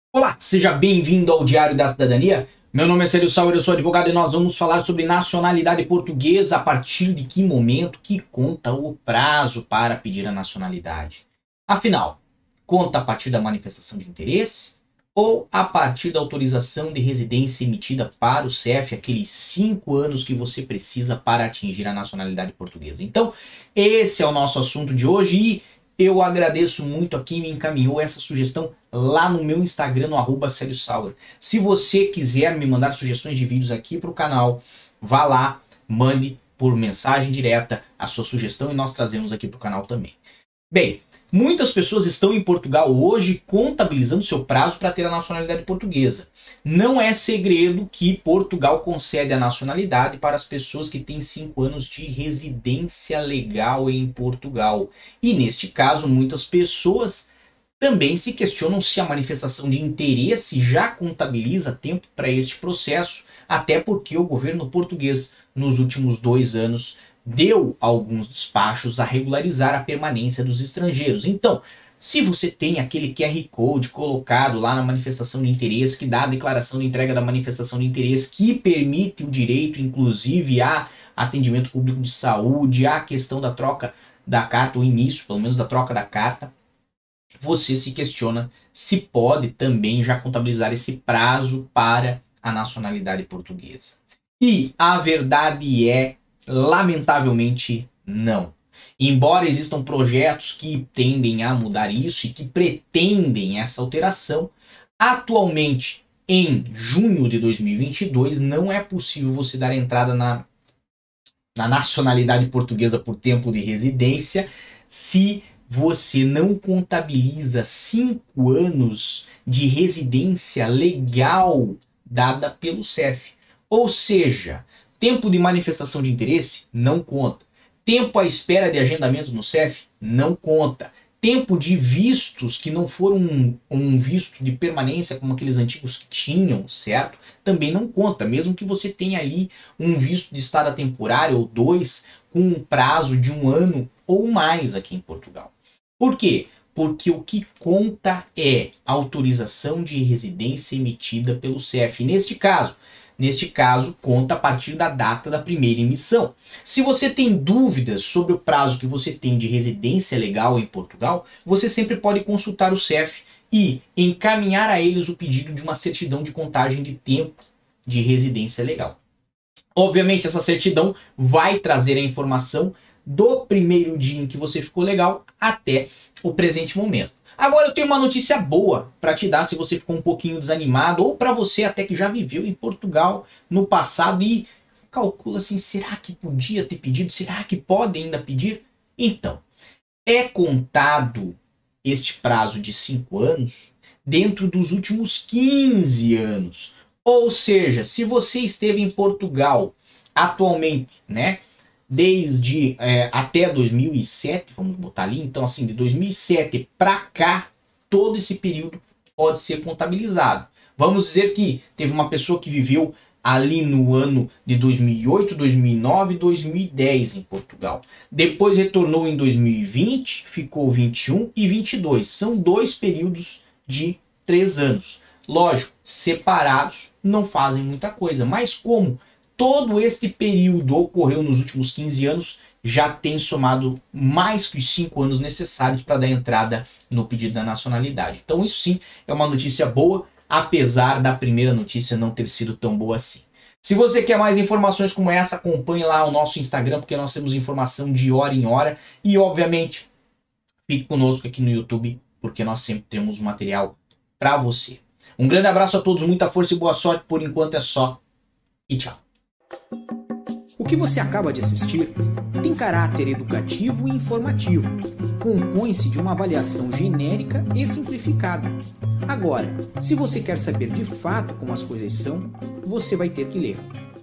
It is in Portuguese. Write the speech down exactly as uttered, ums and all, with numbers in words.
Olá, seja bem-vindo ao Diário da Cidadania. Meu nome é Célio Sauer, eu sou advogado e nós vamos falar sobre nacionalidade portuguesa. A partir de que momento que conta o prazo para pedir a nacionalidade? Afinal, conta a partir da manifestação de interesse ou a partir da autorização de residência emitida para o C E F, aqueles cinco anos que você precisa para atingir a nacionalidade portuguesa? Então, esse é o nosso assunto de hoje e eu agradeço muito a quem me encaminhou essa sugestão lá no meu Instagram, no arroba Célio Sauer. Se você quiser me mandar sugestões de vídeos aqui para o canal, vá lá, mande por mensagem direta a sua sugestão e nós trazemos aqui para o canal também. Bem, muitas pessoas estão em Portugal hoje contabilizando seu prazo para ter a nacionalidade portuguesa. Não é segredo que Portugal concede a nacionalidade para as pessoas que têm cinco anos de residência legal em Portugal. E neste caso, muitas pessoas também se questionam se a manifestação de interesse já contabiliza tempo para este processo, até porque o governo português, nos últimos dois anos, deu alguns despachos a regularizar a permanência dos estrangeiros. Então, se você tem aquele Q R Code colocado lá na manifestação de interesse, que dá a declaração de entrega da manifestação de interesse, que permite o direito, inclusive, a atendimento público de saúde, a questão da troca da carta, o início, pelo menos, da troca da carta, você se questiona se pode também já contabilizar esse prazo para a nacionalidade portuguesa. E a verdade é, lamentavelmente, não. Embora existam projetos que tendem a mudar isso e que pretendem essa alteração, atualmente, em junho de dois mil e vinte e dois, não é possível você dar entrada na, na nacionalidade portuguesa por tempo de residência se você não contabiliza cinco anos de residência legal dada pelo C E F. Ou seja, tempo de manifestação de interesse não conta. Tempo à espera de agendamento no C E F não conta. Tempo de vistos que não foram um, um visto de permanência como aqueles antigos que tinham, certo? Também não conta, mesmo que você tenha ali um visto de estada temporária ou dois com um prazo de um ano ou mais aqui em Portugal. Por quê? Porque o que conta é a autorização de residência emitida pelo C E F. Neste caso, Neste caso, conta a partir da data da primeira emissão. Se você tem dúvidas sobre o prazo que você tem de residência legal em Portugal, você sempre pode consultar o C E F e encaminhar a eles o pedido de uma certidão de contagem de tempo de residência legal. Obviamente, essa certidão vai trazer a informação do primeiro dia em que você ficou legal até o presente momento. Agora eu tenho uma notícia boa para te dar se você ficou um pouquinho desanimado ou para você até que já viveu em Portugal no passado e calcula assim, será que podia ter pedido? Será que pode ainda pedir? Então, é contado este prazo de cinco anos dentro dos últimos quinze anos. Ou seja, se você esteve em Portugal atualmente, né? Desde é, até dois mil e sete, vamos botar ali, então assim, de dois mil e sete para cá, todo esse período pode ser contabilizado. Vamos dizer que teve uma pessoa que viveu ali no ano de dois mil e oito, dois mil e nove, dois mil e dez em Portugal. Depois retornou em dois mil e vinte, ficou vinte e um e vinte e dois. São dois períodos de três anos. Lógico, separados não fazem muita coisa, mas como todo este período ocorreu nos últimos quinze anos, já tem somado mais que os cinco anos necessários para dar entrada no pedido da nacionalidade. Então isso sim é uma notícia boa, apesar da primeira notícia não ter sido tão boa assim. Se você quer mais informações como essa, acompanhe lá o nosso Instagram, porque nós temos informação de hora em hora. E obviamente, fique conosco aqui no YouTube, porque nós sempre temos um material para você. Um grande abraço a todos, muita força e boa sorte. Por enquanto é só e tchau. O que você acaba de assistir tem caráter educativo e informativo. Compõe-se de uma avaliação genérica e simplificada. Agora, se você quer saber de fato como as coisas são, você vai ter que ler.